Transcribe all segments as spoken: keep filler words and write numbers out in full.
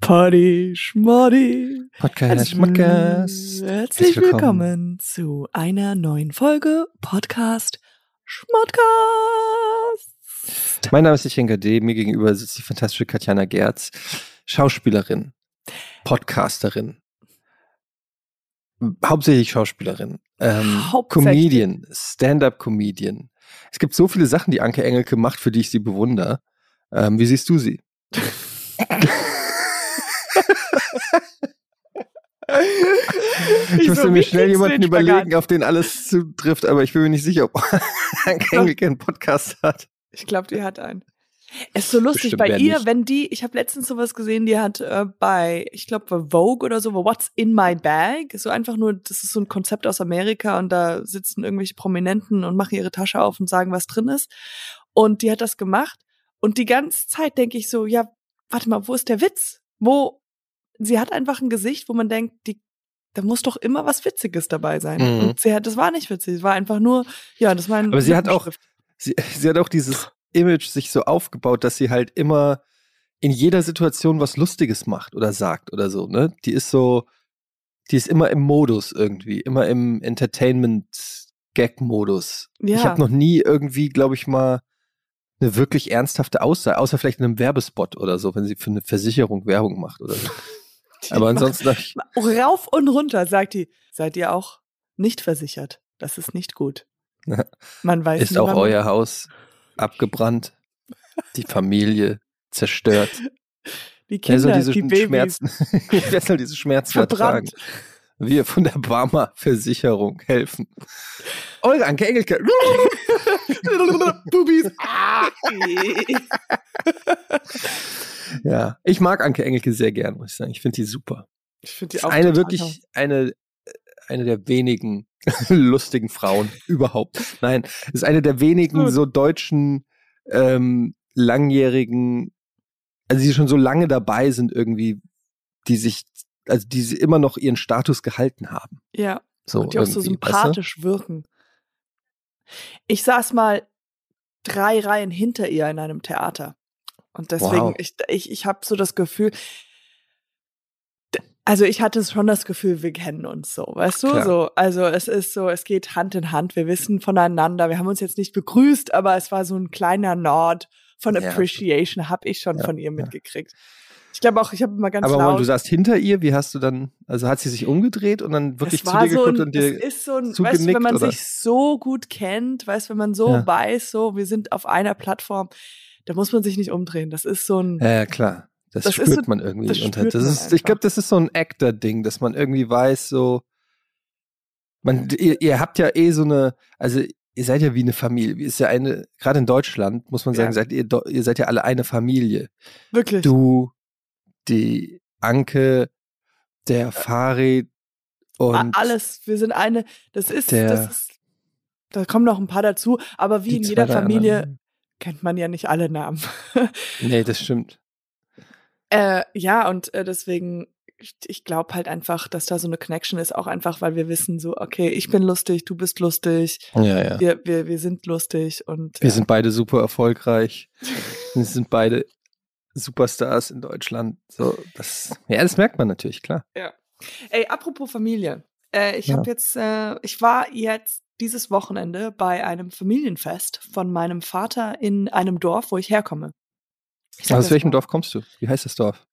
Party, Schmoddy. Podcast, Schmodcast. Herzlich willkommen zu einer neuen Folge Podcast Schmodcast. Mein Name ist Ichenka D. Mir gegenüber sitzt die fantastische Katjana Gerz, Schauspielerin, Podcasterin, hauptsächlich Schauspielerin, ähm, Hauptsächlich. Comedian, Stand-up-Comedian. Es gibt so viele Sachen, die Anke Engelke macht, für die ich sie bewundere. Ähm, wie siehst du sie? Ich, ich musste so, mir schnell jemanden überlegen, auf den alles zutrifft, aber ich bin mir nicht sicher, ob Anke Engelke einen Podcast hat. Ich glaube, die hat einen. Es ist so lustig Bestimmt bei ihr, nicht. wenn die, ich habe letztens sowas gesehen, die hat äh, bei, ich glaube bei Vogue oder so, What's in my bag? So einfach nur, das ist so ein Konzept aus Amerika und da sitzen irgendwelche Prominenten und machen ihre Tasche auf und sagen, was drin ist. Und die hat das gemacht und die ganze Zeit denke ich so, ja, warte mal, wo ist der Witz? Wo, sie hat einfach ein Gesicht, wo man denkt, die, da muss doch immer was Witziges dabei sein. Mhm. Und sie hat, das war nicht witzig, es war einfach nur, ja, das war ein Aber sie hat auch, sie, sie hat auch dieses Image sich so aufgebaut, dass sie halt immer in jeder Situation was Lustiges macht oder sagt oder so, ne? Die ist so, die ist immer im Modus irgendwie, immer im Entertainment-Gag-Modus. Ja. Ich habe noch nie irgendwie, glaube ich mal, eine wirklich ernsthafte Aussage, außer vielleicht in einem Werbespot oder so, wenn sie für eine Versicherung Werbung macht oder so. Aber ansonsten hab ich rauf und runter, sagt die, seid ihr auch nicht versichert. Das ist nicht gut. Man weiß ist nie, auch wann euer Haus abgebrannt, die Familie zerstört. die Kinder, Wer soll diese die Babys Schmerzen, wer soll diese Schmerzen ertragen? verbrannt. Wir von der Barmer Versicherung helfen. Olga, Anke Engelke. Bubis. Ja, ich mag Anke Engelke sehr gern, muss ich sagen. Ich finde die super. Ich finde die Ist auch eine total wirklich toll. eine eine der wenigen lustigen Frauen überhaupt. Nein, ist eine der wenigen so deutschen ähm, langjährigen, also die schon so lange dabei sind irgendwie, die sich, also die sie immer noch ihren Status gehalten haben. Ja, So und die auch so irgendwie, sympathisch wirken. Ich saß mal drei Reihen hinter ihr in einem Theater. Und deswegen, Wow. ich, ich, ich habe so das Gefühl, also ich hatte schon das Gefühl, wir kennen uns so, weißt du? Klar. So, also es ist so, es geht Hand in Hand, wir wissen voneinander, wir haben uns jetzt nicht begrüßt, aber es war so ein kleiner Nod von Ja. Appreciation, habe ich schon Ja, von ihr ja. mitgekriegt. Ich glaube auch, ich habe immer ganz Aber laut. Moment, du saßt hinter ihr, wie hast du dann, also hat sie sich umgedreht und dann wirklich Es zu war dir so geguckt ein, und es dir ist so ein, weißt du, zugenickt, wenn man oder? sich so gut kennt, weißt du, wenn man so Ja. weiß, so, wir sind auf einer Plattform, da muss man sich nicht umdrehen. Das ist so ein, Ja, ja, klar. Das, Das ist spürt so- man irgendwie. das Und spürt das man ist, ich einfach. glaube, das ist so ein Actor-Ding, dass man irgendwie weiß, so, man, ihr, ihr habt ja eh so eine, also ihr seid ja wie eine Familie. Ist ja eine, gerade in Deutschland, muss man sagen, Ja. seid ihr, do- ihr seid ja alle eine Familie. wirklich. Du, die Anke, der Farid und A- Alles, wir sind eine, das ist, der- das ist, da kommen noch ein paar dazu, aber wie die in zwei, jeder drei Familie anderen. kennt man ja nicht alle Namen. Nee, das stimmt. äh, ja, und äh, deswegen, ich, ich glaube halt einfach, dass da so eine Connection ist, auch einfach, weil wir wissen so, okay, ich bin lustig, du bist lustig, Ja, ja. wir, wir, wir sind lustig und Wir ja. sind beide super erfolgreich. Wir sind beide Superstars in Deutschland. So, das, ja, das merkt man natürlich, klar. Ey, apropos Familie. Äh, ich Ja. habe jetzt, äh, ich war jetzt dieses Wochenende bei einem Familienfest von meinem Vater in einem Dorf, wo ich herkomme. Ich sag Aus das welchem mal. Dorf kommst du? Wie heißt das Dorf?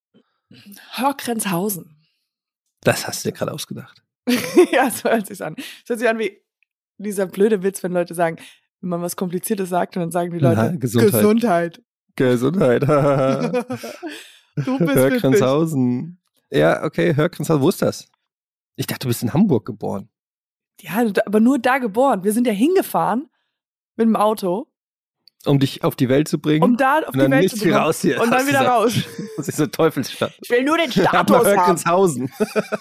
Hörgrenzhausen. Das hast du dir gerade ausgedacht. Ja, so hört sich's an. Es hört sich an wie dieser blöde Witz, wenn Leute sagen, wenn man was Kompliziertes sagt und dann sagen die Leute Na, Gesundheit. Gesundheit. Gesundheit. Du bist witzig. Hörgrenzhausen. Ja, okay, Hörgrenzhausen. Wo ist das? Ich dachte, du bist in Hamburg geboren. Ja, da- aber nur da geboren. Wir sind ja hingefahren mit dem Auto, Um dich auf die Welt zu bringen. um da auf und die dann Welt nicht zu hier kommen. raus hier. Und dann aus wieder dieser- raus. aus dieser Teufelsstadt. Ich will nur den Ab nach Status haben. Hörgrenzhausen.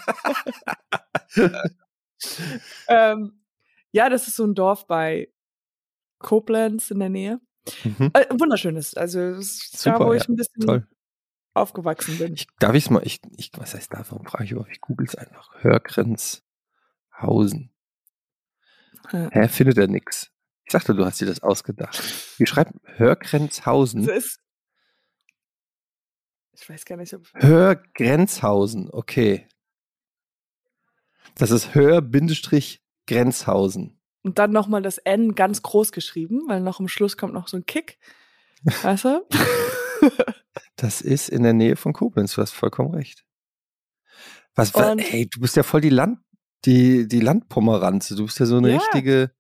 Ähm, ja, das ist so ein Dorf bei Koblenz in der Nähe. Mhm. Äh, wunderschönes. Also es ist da, Super, wo ich ja. ein bisschen Toll. aufgewachsen bin. Ich, darf ich es mal, ich, ich, was heißt da, warum frage ich überhaupt? Ich google es einfach. Hörgrenzhausen. Ja. Hä, findet er nix. Ich sagte, du hast dir das ausgedacht. Wie schreibt Hörgrenzhausen? Also ist, ich weiß gar nicht, ob... Hör-Grenzhausen, okay. Das ist Hör-Grenzhausen. Und dann nochmal das N ganz groß geschrieben, weil noch am Schluss kommt noch so ein Kick. Weißt du? Das ist in der Nähe von Koblenz, du hast vollkommen recht. Was, was ey, du bist ja voll die Land, die, die Landpomeranze. Du bist ja so eine ja. richtige.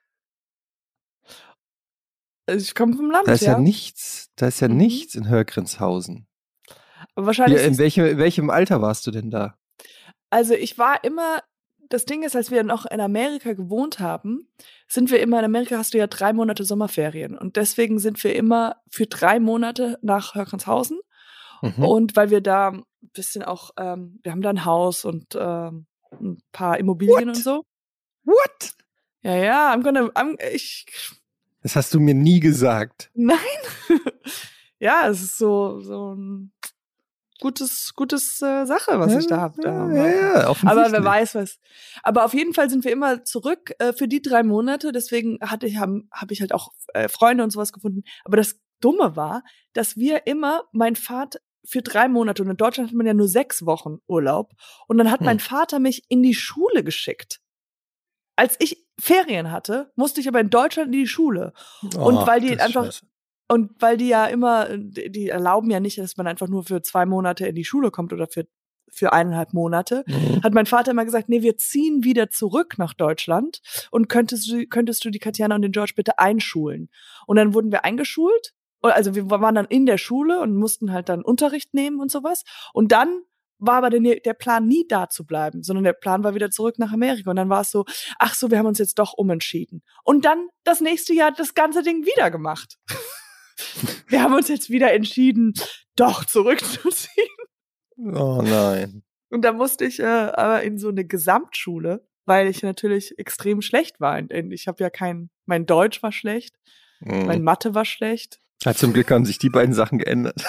Also ich komme vom Land, da ist ja, ja nichts, da ist ja mhm. nichts in Hörgrenzhausen. Aber wahrscheinlich. Ja, in welchem, in welchem Alter warst du denn da? Also ich war immer, das Ding ist, als wir noch in Amerika gewohnt haben, sind wir immer, in Amerika hast du ja drei Monate Sommerferien. Und deswegen sind wir immer für drei Monate nach Hörgrenzhausen. Mhm. Und weil wir da ein bisschen auch, ähm, wir haben da ein Haus und ähm, ein paar Immobilien What? und so. What? Ja, ja, I'm gonna, I'm, ich. Das hast du mir nie gesagt. Nein. Ja, es ist so, so ein gutes, gutes äh, Sache, was ja, ich da habe. Da. Ja, ja, aber wer weiß was. Aber auf jeden Fall sind wir immer zurück äh, für die drei Monate. Deswegen hatte ich, habe hab ich halt auch äh, Freunde und sowas gefunden. Aber das Dumme war, dass wir immer, mein Vater, für drei Monate, und in Deutschland hat man ja nur sechs Wochen Urlaub, und dann hat hm. mein Vater mich in die Schule geschickt. Als ich Ferien hatte, musste ich aber in Deutschland in die Schule. Oh, und weil die einfach, scheiße. Und weil die ja immer, die erlauben ja nicht, dass man einfach nur für zwei Monate in die Schule kommt oder für, für eineinhalb Monate, mhm. hat mein Vater immer gesagt, nee, wir ziehen wieder zurück nach Deutschland und könntest du, könntest du die Katjana und den George bitte einschulen. Und dann wurden wir eingeschult. Also wir waren dann in der Schule und mussten halt dann Unterricht nehmen und sowas. Und dann war aber der, der Plan nie da zu bleiben, sondern der Plan war wieder zurück nach Amerika. Und dann war es so, ach so, wir haben uns jetzt doch umentschieden. Und dann das nächste Jahr das ganze Ding wieder gemacht. Wir haben uns jetzt wieder entschieden, doch zurückzuziehen. Oh nein. Und da musste ich äh, aber in so eine Gesamtschule, weil ich natürlich extrem schlecht war. Ich habe ja kein, mein Deutsch war schlecht, mm. mein Mathe war schlecht. Ja, zum Glück haben sich die beiden Sachen geändert.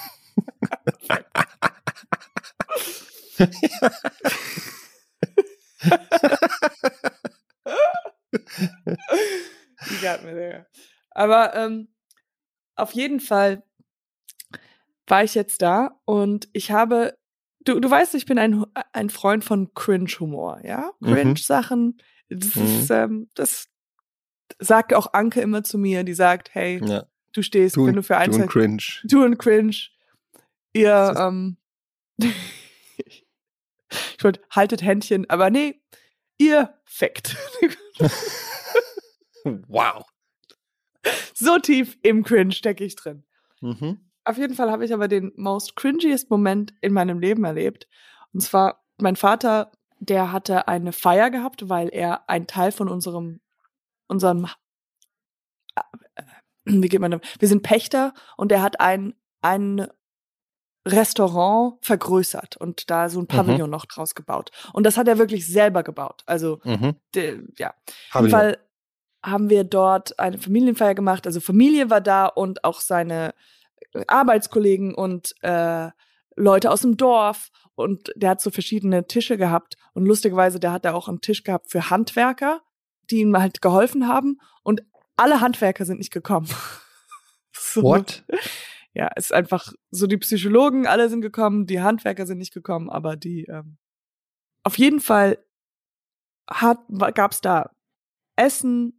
Die gab mir der. Aber ähm, auf jeden Fall war ich jetzt da und ich habe, du, du weißt, ich bin ein, ein Freund von Cringe-Humor, ja? Cringe-Sachen, das mhm. ist, ähm, das sagt auch Anke immer zu mir, die sagt, hey, ja. du stehst, du, wenn du für eins... Du und Cringe. Du und Cringe. Ihr, ähm, ich wollte, haltet Händchen, aber nee, ihr Fact. Wow. So tief im Cringe stecke ich drin. Mhm. Auf jeden Fall habe ich aber den most cringiest Moment in meinem Leben erlebt. Und zwar, mein Vater, der hatte eine Feier gehabt, weil er einen Teil von unserem, unserem, äh, wie geht man da? Wir sind Pächter und er hat ein, ein Restaurant vergrößert und da so ein Pavillon mhm. noch draus gebaut. Und das hat er wirklich selber gebaut. Also, mhm. de, ja. Auf jeden Fall haben wir dort eine Familienfeier gemacht. Also Familie war da und auch seine Arbeitskollegen und äh, Leute aus dem Dorf. Und der hat so verschiedene Tische gehabt. Und lustigerweise, der hat da auch einen Tisch gehabt für Handwerker, die ihm halt geholfen haben. Und alle Handwerker sind nicht gekommen. So. What? Ja, es ist einfach so, die Psychologen, alle sind gekommen, die Handwerker sind nicht gekommen, aber die, ähm, auf jeden Fall hat, gab's da Essen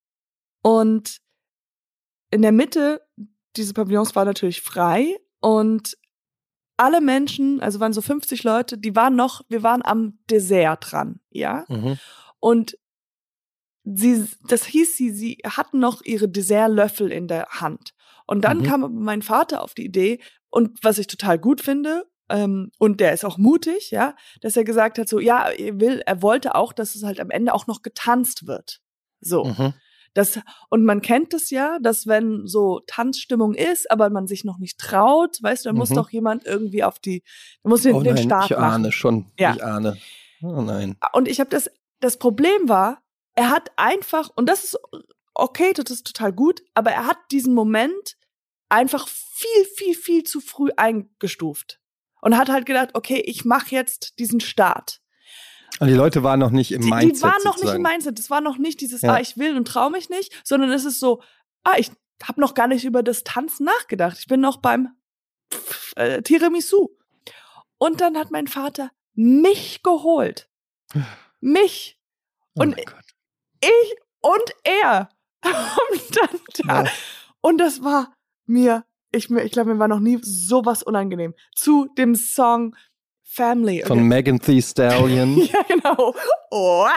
und in der Mitte, diese Pavillons war natürlich frei und alle Menschen, also waren so fünfzig Leute, die waren noch, wir waren am Dessert dran, ja, mhm. und sie, das hieß, sie, sie hatten noch ihre Dessertlöffel in der Hand. Und dann mhm. kam mein Vater auf die Idee, und was ich total gut finde, ähm, und der ist auch mutig, ja, dass er gesagt hat, so, ja, er will, er wollte auch, dass es halt am Ende auch noch getanzt wird. So. Mhm. Das, und man kennt es ja, dass wenn so Tanzstimmung ist, aber man sich noch nicht traut, weißt du, dann mhm. muss doch jemand irgendwie auf die, dann muss den, oh den nein, Start ich machen. ahne schon, ja. ich ahne. Oh nein. Und ich habe das, das Problem war, er hat einfach, und das ist okay, das ist total gut, aber er hat diesen Moment einfach viel, viel, viel zu früh eingestuft. Und hat halt gedacht, okay, ich mache jetzt diesen Start. Und die Leute waren noch nicht im die, Mindset. Die waren noch sozusagen. nicht im Mindset. Das war noch nicht dieses, ja. ah, ich will und traue mich nicht, sondern es ist so, ah, ich habe noch gar nicht über das Tanzen nachgedacht. Ich bin noch beim äh, Tiramisu. Und dann hat mein Vater mich geholt. Mich. Oh und mein Gott. ich und er. Und dann da. Ja. Und das war mir, ich, ich glaube, mir war noch nie sowas unangenehm. Zu dem Song Family. Von Und Megan Thee Stallion. ja, genau. Oh.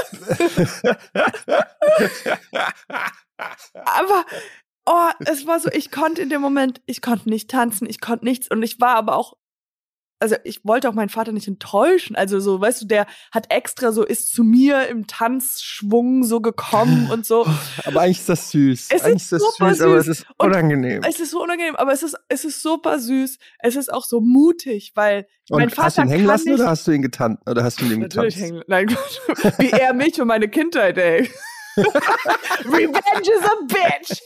Aber, oh, es war so, ich konnte in dem Moment, ich konnte nicht tanzen, ich konnte nichts. Und ich war aber auch, also ich wollte auch meinen Vater nicht enttäuschen. Also so, weißt du, der hat extra so, ist zu mir im Tanzschwung so gekommen und so. Aber eigentlich ist das süß. Es eigentlich ist ist das super süß, aber süß. es ist Und unangenehm. Es ist so unangenehm, aber es ist, es ist super süß. Es ist auch so mutig, weil mein Und Vater hast du ihn hängen kann lassen nicht, oder hast du ihn getanzt? Oder hast du mit ihm natürlich getanzt? hängen. Nein, Gott. Wie er mich und meine Kindheit, ey. Revenge is a bitch.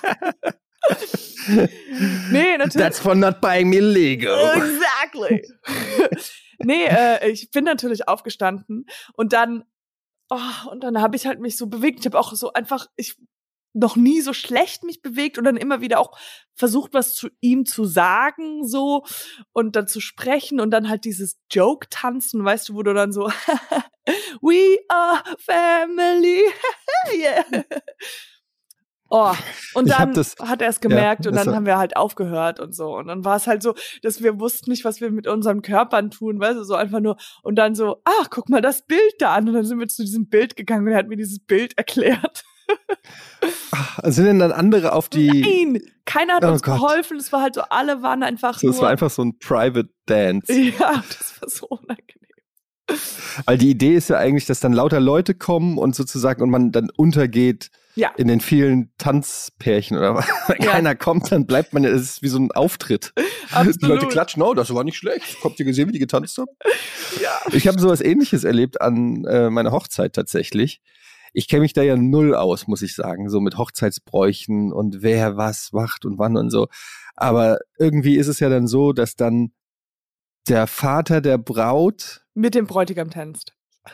Nee, natürlich. That's for not buying me Lego. Exactly. Nee, äh, ich bin natürlich aufgestanden und dann, oh, und dann habe ich halt mich so bewegt. Ich habe auch so einfach, ich noch nie so schlecht mich bewegt und dann immer wieder auch versucht, was zu ihm zu sagen, so, und dann zu sprechen und dann halt dieses Joke-Tanzen, weißt du, wo du dann so We are family. Yeah. Oh, und Ich hab dann das- hat er es gemerkt ja, und das dann war- haben wir halt aufgehört und so. Und dann war es halt so, dass wir wussten nicht, was wir mit unseren Körpern tun, weißt du, so einfach nur. Und dann so, ach, guck mal das Bild da an. Und dann sind wir zu diesem Bild gegangen und er hat mir dieses Bild erklärt. Sind denn dann andere auf die... Nein, keiner hat Oh uns Gott. geholfen. Es war halt so, alle waren einfach So, nur. es war einfach so ein Private Dance. Ja, das war so unangenehm. Weil die Idee ist ja eigentlich, dass dann lauter Leute kommen und sozusagen und man dann untergeht Ja. in den vielen Tanzpärchen oder was. Wenn Ja. keiner kommt, dann bleibt man, es ist wie so ein Auftritt. Absolut. Die Leute klatschen, oh, das war nicht schlecht. Habt ihr gesehen, wie die getanzt haben? Ja. Ich habe sowas Ähnliches erlebt an äh, meiner Hochzeit tatsächlich. Ich kenne mich da ja null aus, muss ich sagen, so mit Hochzeitsbräuchen und wer was macht und wann und so. Aber irgendwie ist es ja dann so, dass dann der Vater der Braut Mit dem Bräutigam tanzt.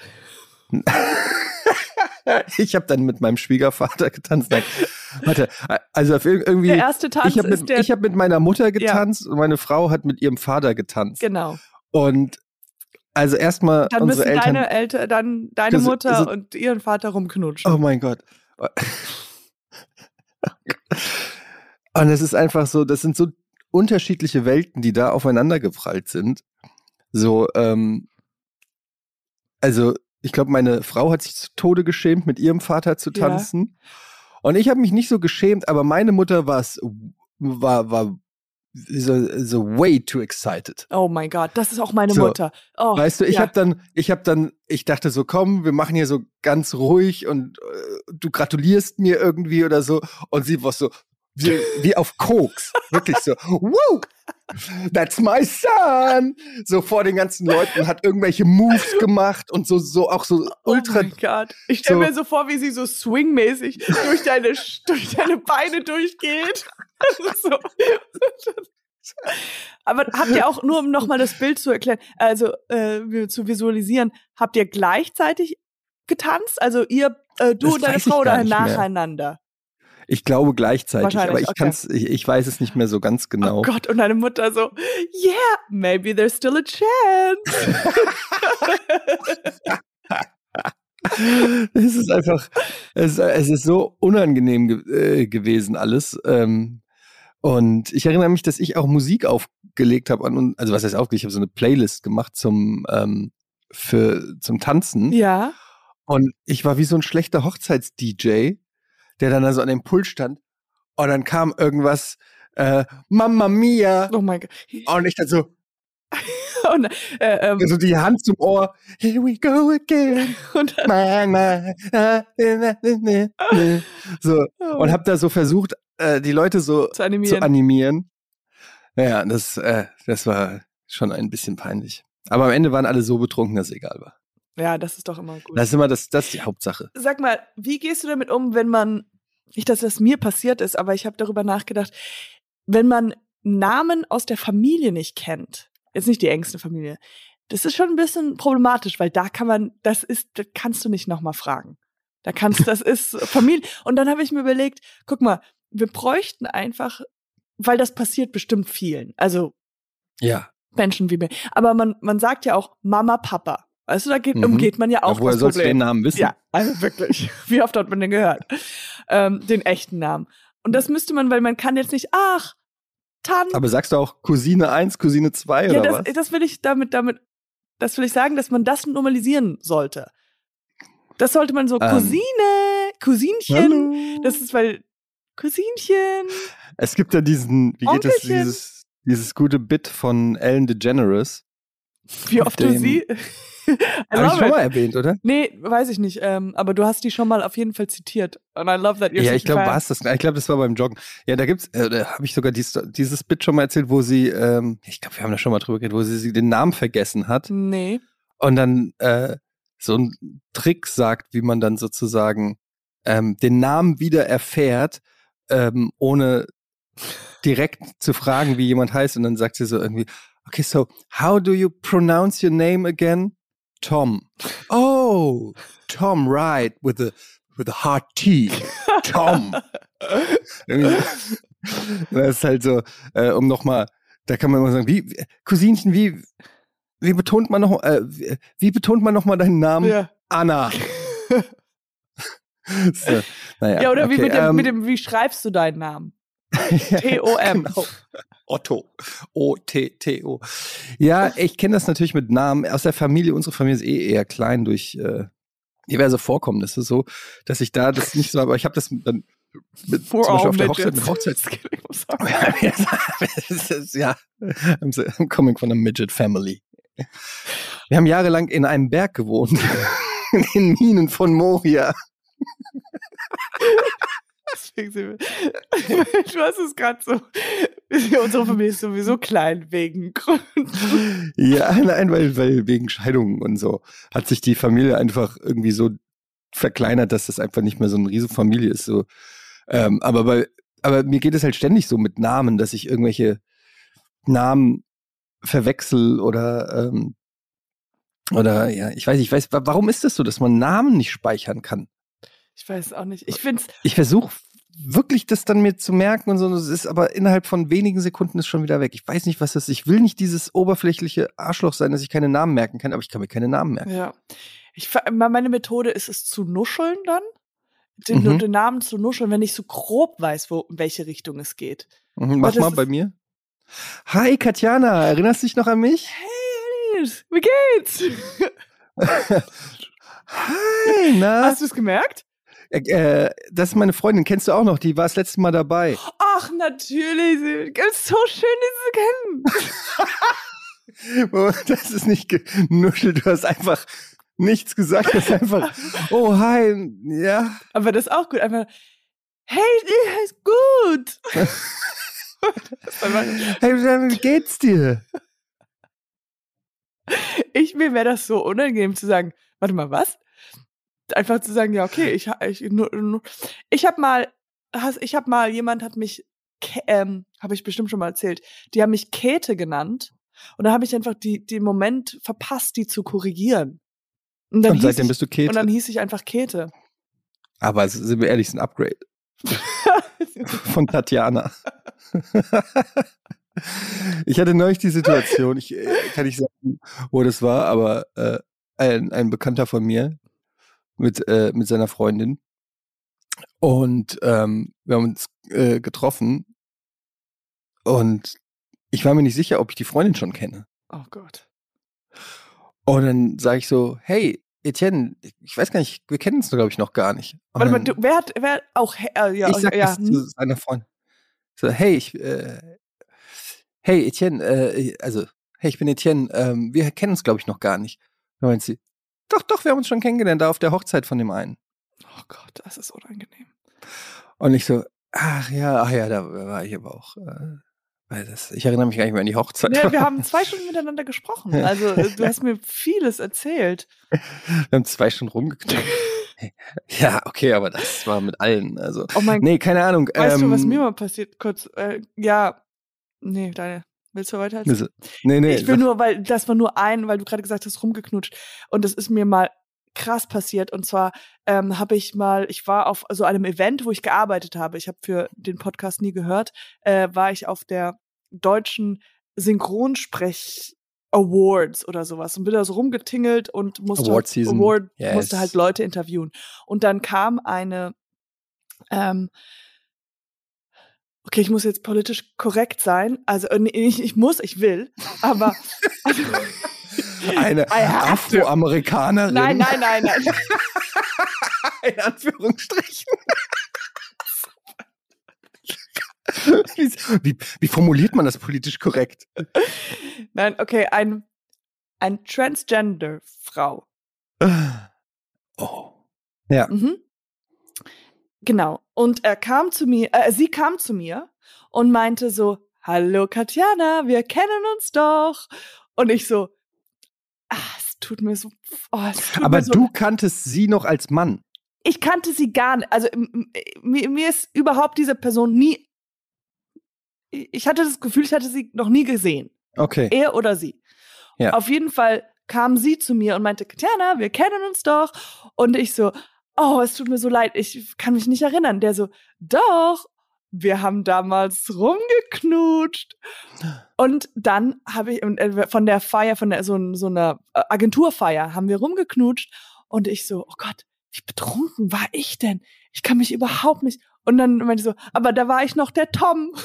ich habe dann mit meinem Schwiegervater getanzt. Nein, warte, also auf ir- irgendwie. Der erste Tanz ich habe ist mit, der. ich hab mit meiner Mutter getanzt und meine Frau hat mit ihrem Vater getanzt. Genau. Und also erstmal Dann unsere müssen Eltern. deine Eltern, dann deine Das- Mutter das- und ihren Vater rumknutschen. Oh mein Gott. Und es ist einfach so, das sind so unterschiedliche Welten, die da aufeinander geprallt sind. So, ähm, also ich glaube, meine Frau hat sich zu Tode geschämt, mit ihrem Vater zu Ja. tanzen. Und ich habe mich nicht so geschämt, aber meine Mutter war's, war, war so, so way too excited. Oh mein Gott, das ist auch meine So, Mutter. Oh, Weißt du, ich ja. habe dann, ich habe dann, ich dachte so, komm, wir machen hier so ganz ruhig und äh, du gratulierst mir irgendwie oder so. Und sie war so, wie, wie auf Koks. Wirklich so, woo, that's my son. So vor den ganzen Leuten, hat irgendwelche Moves gemacht und so, so auch so ultra. Oh mein Gott. Ich stelle so- mir so vor, wie sie so swingmäßig durch deine, durch deine Beine durchgeht. So. Aber habt ihr auch, nur um nochmal das Bild zu erklären, also äh, zu visualisieren, habt ihr gleichzeitig getanzt? Also ihr, äh, du Das und deine weiß ich Frau gar oder nicht mehr. nacheinander? Ich glaube gleichzeitig, Wahrscheinlich, aber ich okay. kann's, ich, ich weiß es nicht mehr so ganz genau. Oh Gott, und deine Mutter so, yeah, maybe there's still a chance. Es ist einfach, es, es ist so unangenehm ge äh, gewesen alles. Ähm, und ich erinnere mich, dass ich auch Musik aufgelegt habe, an, also was heißt aufgelegt, ich habe so eine Playlist gemacht zum ähm, für zum Tanzen. Ja. Und ich war wie so ein schlechter Hochzeits-D J, der dann also an dem Pult stand. Und dann kam irgendwas, äh, Mamma Mia. Oh mein Gott. Und ich dann so, Und, äh, ähm, so die Hand zum Ohr. Here we go again. und, Ma, ma, ah, na, na, na, na. So, und habe da so versucht, äh, die Leute so zu animieren. zu animieren. Ja, das, äh, das war schon ein bisschen peinlich. Aber am Ende waren alle so betrunken, dass es egal war. Ja, das ist doch immer gut. Das ist immer das, das ist die Hauptsache. Sag mal, wie gehst du damit um, wenn man, nicht, dass das mir passiert ist, aber ich habe darüber nachgedacht, wenn man Namen aus der Familie nicht kennt, jetzt nicht die engste Familie, das ist schon ein bisschen problematisch, weil da kann man, das ist, das kannst du nicht nochmal fragen. Da kannst, das ist Familie. Und dann habe ich mir überlegt, guck mal, wir bräuchten einfach, weil das passiert bestimmt vielen. Also Ja. Menschen wie mir. Aber man, man sagt ja auch Mama, Papa. Weißt du, da geht, mhm. umgeht man ja auch ja, woher das sollst Problem. du den Namen wissen? Ja, also wirklich. Wie oft hat man den gehört? Ähm, den echten Namen. Und das müsste man, weil man kann jetzt nicht, ach, Tante. Aber sagst du auch Cousine eins, Cousine zwei ja, oder das, was? das will ich damit, damit, das will ich sagen, dass man das normalisieren sollte. Das sollte man so, ähm, Cousine, Cousinchen. Hallo. Das ist, weil, Cousinchen. Es gibt ja diesen, wie geht das, Onkelchen. dieses, dieses gute Bit von Ellen DeGeneres. Wie oft du sie? Habe ich schon mal erwähnt, oder? Nee, weiß ich nicht. Ähm, aber du hast die schon mal auf jeden Fall zitiert. And I love that you're Ja, ich glaube, war es das. Ich glaube, das war beim Joggen. Ja, da gibt's, äh, da habe ich sogar dies, dieses Bit schon mal erzählt, wo sie, ähm, ich glaube, wir haben da schon mal drüber geredet, wo sie, sie den Namen vergessen hat. Nee. Und dann äh, so einen Trick sagt, wie man dann sozusagen ähm, den Namen wieder erfährt, ähm, ohne direkt zu fragen, wie jemand heißt. Und dann sagt sie so irgendwie, okay, so, how do you pronounce your name again? Tom. Oh, Tom, right, with a, with a hard T. Tom. Das ist halt so, äh, um nochmal, da kann man immer sagen, wie, Cousinchen, wie, wie betont man noch, äh, wie, wie betont man nochmal deinen Namen? Ja. Anna. So, naja, ja, oder okay, wie mit dem, ähm, mit dem, wie schreibst du deinen Namen? T O M. Genau. Otto. O T T O. Ja, ich kenne das natürlich mit Namen aus der Familie. Unsere Familie ist eh eher klein durch äh, diverse Vorkommnisse so, dass ich da das nicht so, aber ich habe das dann mit, zum Beispiel auf der Hochzeit mit Hochzeit. Ja, I'm coming from a midget family. Wir haben jahrelang in einem Berg gewohnt. In den Minen von Moria. Du hast es gerade so. Unsere Familie ist sowieso klein wegen Gründen. Ja, nein, weil, weil wegen Scheidungen und so hat sich die Familie einfach irgendwie so verkleinert, dass das einfach nicht mehr so eine riesige Familie ist. So. Ähm, aber, bei, aber mir geht es halt ständig so mit Namen, dass ich irgendwelche Namen verwechsel oder ähm, oder ja, ich weiß, ich weiß, warum ist das so, dass man Namen nicht speichern kann? Ich weiß auch nicht. Ich find's. Ich versuche wirklich das dann mir zu merken und so, es ist aber innerhalb von wenigen Sekunden ist schon wieder weg. Ich weiß nicht, was das ist. Ich will nicht dieses oberflächliche Arschloch sein, dass ich keine Namen merken kann, aber ich kann mir keine Namen merken. Ja. Ich, meine Methode ist es zu nuscheln dann, den, Mhm. den Namen zu nuscheln, wenn ich so grob weiß, wo, in welche Richtung es geht. Mhm, mach mal bei mir. Hi Katjana, erinnerst du dich noch an mich? Hey, wie geht's? Hi, na? Hast du es gemerkt? Äh, das ist meine Freundin, kennst du auch noch, die war das letzte Mal dabei. Ach, natürlich, es ist so schön, dich zu kennen. Das ist nicht genuschelt, du hast einfach nichts gesagt, das ist einfach, oh, hi, ja. Aber das ist auch gut, einfach, hey, ist gut. Hey, wie geht's dir? Ich, mir wäre das so unangenehm zu sagen, warte mal, was? Einfach zu sagen, ja, okay, ich, ich, ich habe mal, ich habe mal, jemand hat mich, ähm, habe ich bestimmt schon mal erzählt, die haben mich Käthe genannt und dann habe ich einfach die, den Moment verpasst, die zu korrigieren. Und, dann und seitdem ich, bist du Käthe. Und dann hieß ich einfach Käthe. Aber sind wir ehrlich, ist ein Upgrade. Von Tatjana. Ich hatte neulich die Situation, ich kann nicht sagen, wo das war, aber äh, ein, ein Bekannter von mir mit, äh, mit seiner Freundin und ähm, wir haben uns äh, getroffen und ich war mir nicht sicher, ob ich die Freundin schon kenne. Oh Gott. Und dann sage ich so, hey, Etienne, ich weiß gar nicht, wir kennen uns, glaube ich, noch gar nicht. Und Warte mal, du, wer hat, wer auch, äh, ja, ich sag ja, das hm? zu seiner Freundin. So, hey, ich, äh, hey, Etienne, äh, also, hey, ich bin Etienne, ähm, wir kennen uns, glaube ich, noch gar nicht. Da meint sie, doch, doch, wir haben uns schon kennengelernt, da auf der Hochzeit von dem einen. Oh Gott, das ist unangenehm. Und ich so, ach ja, ach ja, da war ich aber auch, äh, weil das, ich erinnere mich gar nicht mehr an die Hochzeit. Ja, wir haben zwei Stunden miteinander gesprochen, also du hast mir vieles erzählt. Wir haben zwei Stunden rumgeknutscht. Ja, okay, aber das war mit allen, also, oh mein nee, keine Ahnung. Weißt ähm, du, was mir mal passiert, kurz, äh, ja, nee, deine, willst du weiter erzählen? Nee, nee. Ich will nur, weil, das war nur ein, weil du gerade gesagt hast, rumgeknutscht und das ist mir mal krass passiert und zwar ähm, habe ich mal, ich war auf so einem Event, wo ich gearbeitet habe, ich habe für den Podcast nie gehört, äh, war ich auf der deutschen Synchronsprech-Awards oder sowas und bin da so rumgetingelt und musste, Award halt, Season. Award, Yes. musste halt Leute interviewen. Und dann kam eine, ähm, okay, ich muss jetzt politisch korrekt sein, also äh, ich, ich muss, ich will, aber also, eine Afroamerikanerin. Nein, nein, nein, nein. In Anführungsstrichen. Wie, wie formuliert man das politisch korrekt? Nein, okay, ein, ein Transgender-Frau. Oh. Ja. Mhm. Genau. Und er kam zu mir, äh, sie kam zu mir und meinte so, hallo Katjana, wir kennen uns doch. Und ich so, ach, es tut mir so, oh, es tut Aber mir so. du kanntest sie noch als Mann. Ich kannte sie gar nicht. Also m- mir, mir ist überhaupt diese Person nie, ich hatte das Gefühl, ich hatte sie noch nie gesehen. Okay. Er oder sie. Ja. Auf jeden Fall kam sie zu mir und meinte, Katjana, wir kennen uns doch. Und ich so, oh, es tut mir so leid, ich kann mich nicht erinnern. Der so, doch, wir haben damals rumgeknutscht. Und dann habe ich von der Feier, von der, so, so einer Agenturfeier, haben wir rumgeknutscht. Und ich so, oh Gott, wie betrunken war ich denn? Ich kann mich überhaupt nicht. Und dann meinte ich so, aber da war ich noch der Tom.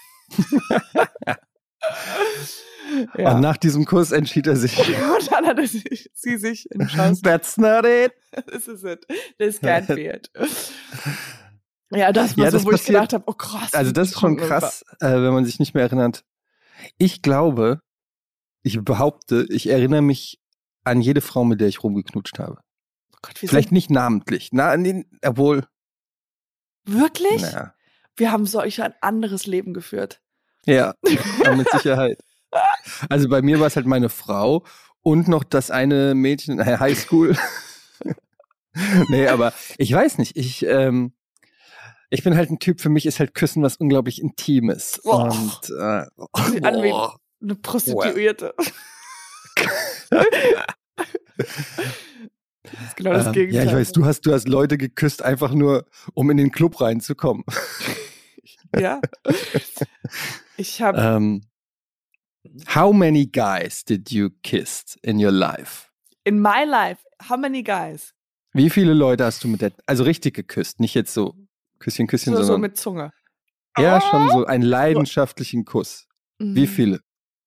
Ja. Und nach diesem Kuss entschied er sich. Und dann hat er sie, sie sich entschlossen. That's not it. This is it. This can't be it. Ja, das war Ja, so, das wo ich passiert- gedacht habe, oh krass. Also das ist schon krass, äh, wenn man sich nicht mehr erinnert. Ich glaube, ich behaupte, ich erinnere mich an jede Frau, mit der ich rumgeknutscht habe. Oh Gott, wir Vielleicht sind, nicht namentlich. Na, nee, obwohl. wirklich? Na, Wir haben solch ein anderes Leben geführt. ja, ja, mit Sicherheit. Also bei mir war es halt meine Frau und noch das eine Mädchen in der Highschool. Nee, aber ich weiß nicht. Ich, ähm, ich bin halt ein Typ, für mich ist halt Küssen was unglaublich Intimes. Oh. Und äh, Sieht an wie boah. eine Prostituierte. Das ist genau das Ähm, Gegenteil. ja, ich weiß, du hast, du hast Leute geküsst, einfach nur, um in den Club reinzukommen. Ja. Ich habe Ähm, how many guys did you kiss in your life? in my life, how many guys? Wie viele Leute hast du mit der, also richtig geküsst, nicht jetzt so Küsschen, Küsschen, So, so sondern mit Zunge. ja, schon so einen leidenschaftlichen Kuss. Wie Mhm. viele?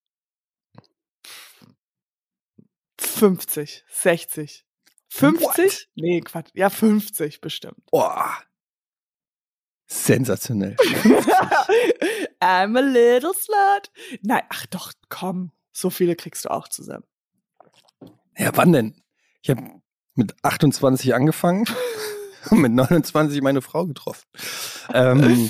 fünfzig, sechzig. fünfzig? Nee, Quatsch. Ja, fünfzig bestimmt. Boah. Sensationell. I'm a little slut. Nein, ach doch, komm. So viele kriegst du auch zusammen. Ja, wann denn? Ich habe mit achtundzwanzig angefangen und mit neunundzwanzig meine Frau getroffen. Ähm,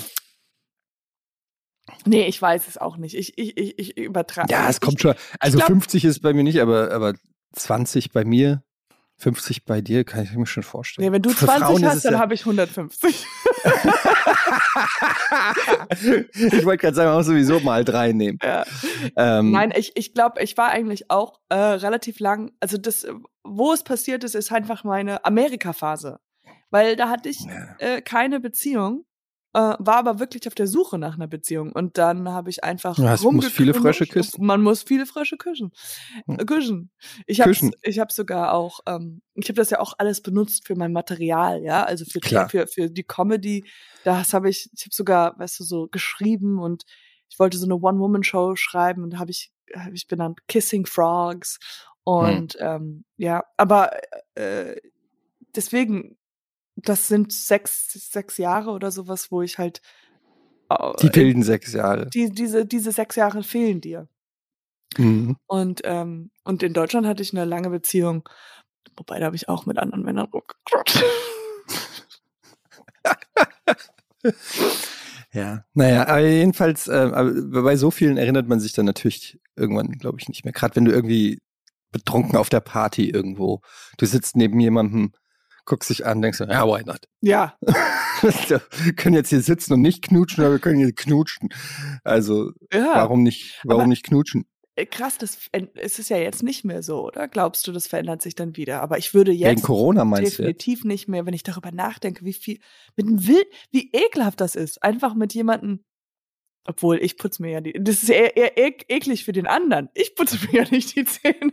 Nee, ich weiß es auch nicht. Ich, ich, ich, ich übertrage. ja, es kommt schon. Also glaub- fünfzig ist bei mir nicht, aber, aber zwanzig bei mir, fünfzig bei dir, kann ich mir schon vorstellen. Nee, wenn du Für zwanzig Frauen ist hast, es dann ja- habe ich hundertfünfzig. Ich wollte gerade sagen, man muss sowieso mal drei nehmen. Ja. Ähm, Nein, ich, ich glaube, ich war eigentlich auch äh, relativ lang, also das, wo es passiert ist, ist einfach meine Amerika-Phase. Weil da hatte ich Ja. äh, keine Beziehung, äh, war aber wirklich auf der Suche nach einer Beziehung. Und dann habe ich einfach Ja, es muss viele Frösche rumgeknutscht. küssen. Man muss viele Frösche küssen. Hm. Äh, küssen. Ich habe Küssen. ich hab sogar auch, ähm, ich habe das ja auch alles benutzt für mein Material, ja, also für, Klar. für, für die Comedy. Das habe ich, ich habe sogar, weißt du, so geschrieben und ich wollte so eine One-Woman-Show schreiben und da habe ich, hab ich benannt Kissing Frogs. Und ähm, ja, aber äh, deswegen, das sind sechs, sechs Jahre oder sowas, wo ich halt äh, Die wilden sechs Jahre. die, diese, diese sechs Jahre fehlen dir. Mhm. Und, ähm, und in Deutschland hatte ich eine lange Beziehung, wobei da habe ich auch mit anderen Männern rumgequatscht. Ja, naja, aber jedenfalls, äh, aber bei so vielen erinnert man sich dann natürlich irgendwann, glaube ich, nicht mehr. Gerade wenn du irgendwie betrunken auf der Party irgendwo, du sitzt neben jemandem, guckst dich an, denkst du, ja, why not? Ja, Wir können jetzt hier sitzen und nicht knutschen, aber wir können hier knutschen. Also, ja. warum nicht, warum Aber- nicht knutschen? Äh, Krass, das ver- es ist ja jetzt nicht mehr so, oder? Glaubst du, das verändert sich dann wieder? Aber ich würde Wegen jetzt Corona meinst du jetzt? definitiv nicht mehr, wenn ich darüber nachdenke, wie viel, mit einem Wild, wie ekelhaft das ist, einfach mit jemandem Obwohl, ich putze mir ja die, das ist eher, eher ek, eklig für den anderen. Ich putze mir ja nicht die Zähne.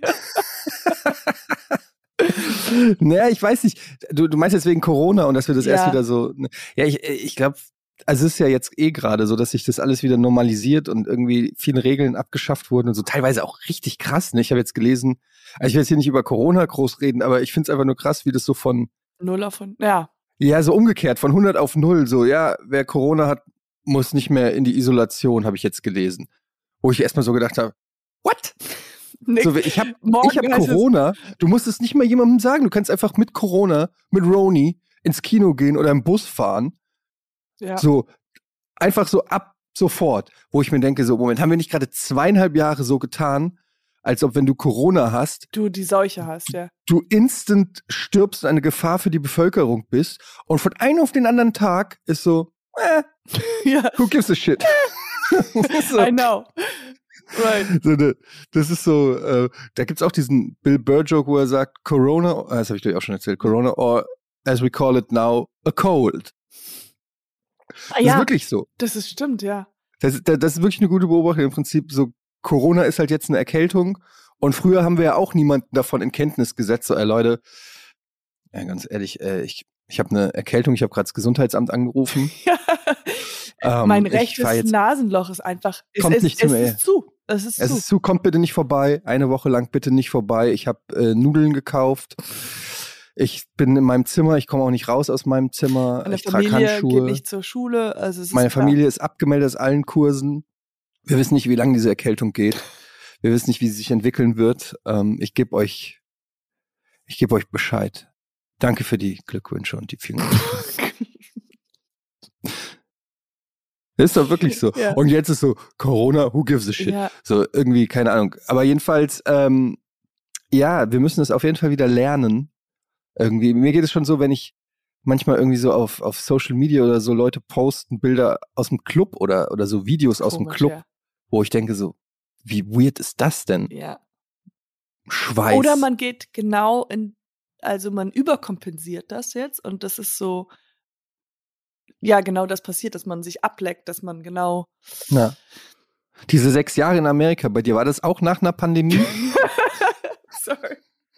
Naja, ich weiß nicht. Du, du meinst jetzt wegen Corona und dass wir das Ja. erst wieder so. Ja, ich, ich glaube, also es ist ja jetzt eh gerade so, dass sich das alles wieder normalisiert und irgendwie viele Regeln abgeschafft wurden und so. Teilweise auch richtig krass. Ne? Ich habe jetzt gelesen, also ich will jetzt hier nicht über Corona groß reden, aber ich finde es einfach nur krass, wie das so von. Null auf und, ja. Ja, so umgekehrt, von hundert auf null. So, ja, wer Corona hat, muss nicht mehr in die Isolation, habe ich jetzt gelesen. Wo ich erstmal so gedacht habe, what? Nick, So, ich habe morgen ich hab heißt es- Corona, du musst es nicht mal jemandem sagen. Du kannst einfach mit Corona, mit Roni ins Kino gehen oder im Bus fahren. Ja. So, einfach so ab sofort. Wo ich mir denke, so, Moment, haben wir nicht gerade zweieinhalb Jahre so getan, als ob wenn du Corona hast, Du die Seuche hast, ja. du instant stirbst und eine Gefahr für die Bevölkerung bist und von einem auf den anderen Tag ist so, eh, Ja, who gives a shit? so, I know. Right. so ne, das ist so, äh, da gibt's auch diesen Bill Burr-Joke, wo er sagt, Corona, ah, das habe ich dir auch schon erzählt, Corona or as we call it now, a cold. Ah, Das ja, ist wirklich so. das ist stimmt, ja. Das, das, das ist wirklich eine gute Beobachtung. Im Prinzip so, Corona ist halt jetzt eine Erkältung und früher haben wir ja auch niemanden davon in Kenntnis gesetzt, so, ey Leute, ja, ganz ehrlich, äh, ich, ich habe eine Erkältung, ich habe gerade das Gesundheitsamt angerufen. Ähm, Mein ich fahr rechtes jetzt, Nasenloch ist einfach, es, Kommt es, nicht zu es mir. ist zu. Es ist es zu. ist zu, kommt bitte nicht vorbei, eine Woche lang bitte nicht vorbei. Ich habe äh, Nudeln gekauft. Ich bin in meinem Zimmer, ich komme auch nicht raus aus meinem Zimmer. Meine ich trage Familie Handschuhe. geht nicht zur Schule. Also es Meine ist klar. Familie ist abgemeldet aus allen Kursen. Wir wissen nicht, wie lange diese Erkältung geht. Wir wissen nicht, wie sie sich entwickeln wird. Ähm, ich gebe euch, ich gebe euch Bescheid. Danke für die Glückwünsche und die vielen Glückwünsche. Ist doch wirklich so. Ja. Und jetzt ist so, Corona, who gives a shit? Ja. So irgendwie, keine Ahnung. Aber jedenfalls, ähm, ja, wir müssen es auf jeden Fall wieder lernen. Irgendwie, mir geht es schon so, wenn ich manchmal irgendwie so auf, auf Social Media oder so Leute posten Bilder aus dem Club oder, oder so Videos aus dem Komisch, Club, ja. wo ich denke so, wie weird ist das denn? Ja. Schweiß. Oder man geht genau in, also man überkompensiert das jetzt und das ist so, ja, genau das passiert, dass man sich ableckt, dass man genau. Na. Diese sechs Jahre in Amerika, bei dir, war das auch nach einer Pandemie? Sorry.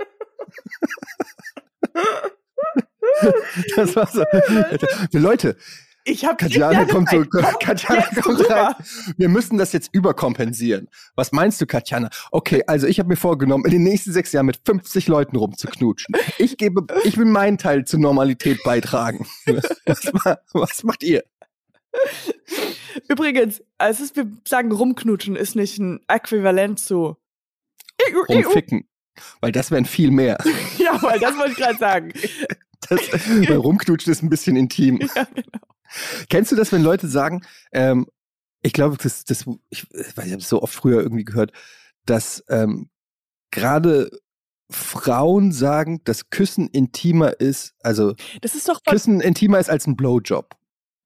Das war so. Leute, Ich habe Katjana kommt so, Katjana kommt rein. Wir müssen das jetzt überkompensieren. Was meinst du, Katjana? Okay, also ich habe mir vorgenommen, in den nächsten sechs Jahren mit fünfzig Leuten rumzuknutschen. Ich gebe, ich will meinen Teil zur Normalität beitragen. Was, was macht ihr? Übrigens, als es, wir sagen, rumknutschen ist nicht ein Äquivalent zu Rumficken. Weil das wären viel mehr. Ja, weil das wollte ich gerade sagen. Das, weil rumknutschen ist ein bisschen intim. Ja, genau. Kennst du das, wenn Leute sagen, ähm, ich glaube, das, das, ich weiß, ich habe es so oft früher irgendwie gehört, dass ähm, gerade Frauen sagen, dass Küssen intimer ist, also Das ist doch von, Küssen intimer ist als ein Blowjob.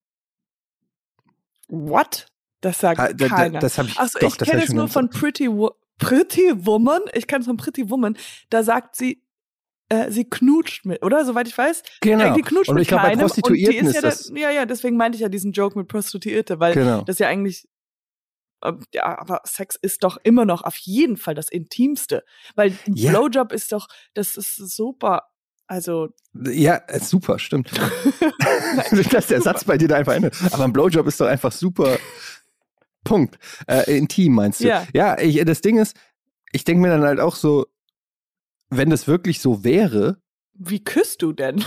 what? Das sagt Ha, da, da, keiner. das habe ich Achso, doch, ich das kenne hab es schon nur ganz von oft. Pretty, Wo- Pretty Woman. Ich kenne es von Pretty Woman. Da sagt sie, äh, sie knutscht mit, oder? Soweit ich weiß. Genau. Ja, die knutscht Und mit ich glaube, bei keinem. Und die Prostituierten ist ja, ist der, das. ja, ja, deswegen meinte ich ja diesen Joke mit Prostituierte, weil Genau. das ja eigentlich, äh, ja, aber Sex ist doch immer noch auf jeden Fall das Intimste. Weil ein Ja. Blowjob ist doch, das ist super. Also, Ja, äh, super, stimmt. Dass der Satz bei dir da einfach endet. Aber ein Blowjob ist doch einfach super. Punkt. Äh, intim meinst du? Ja. Ja, ich, das Ding ist, ich denke mir dann halt auch so, wenn das wirklich so wäre, wie küsst du denn?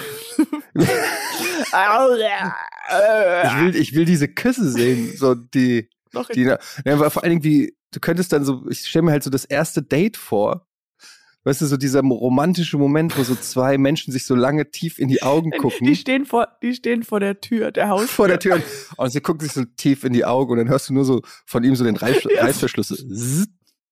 ich will, ich will diese Küsse sehen, so die, Noch in- die, ja, aber vor allen Dingen wie, du könntest dann so, ich stelle mir halt so das erste Date vor, weißt du, so dieser romantische Moment, wo so zwei Menschen sich so lange tief in die Augen gucken. Die stehen vor, die stehen vor der Tür, der Haus. vor der Tür und, und sie gucken sich so tief in die Augen und dann hörst du nur so von ihm so den Reiß, Ja. Reißverschluss. So zzz.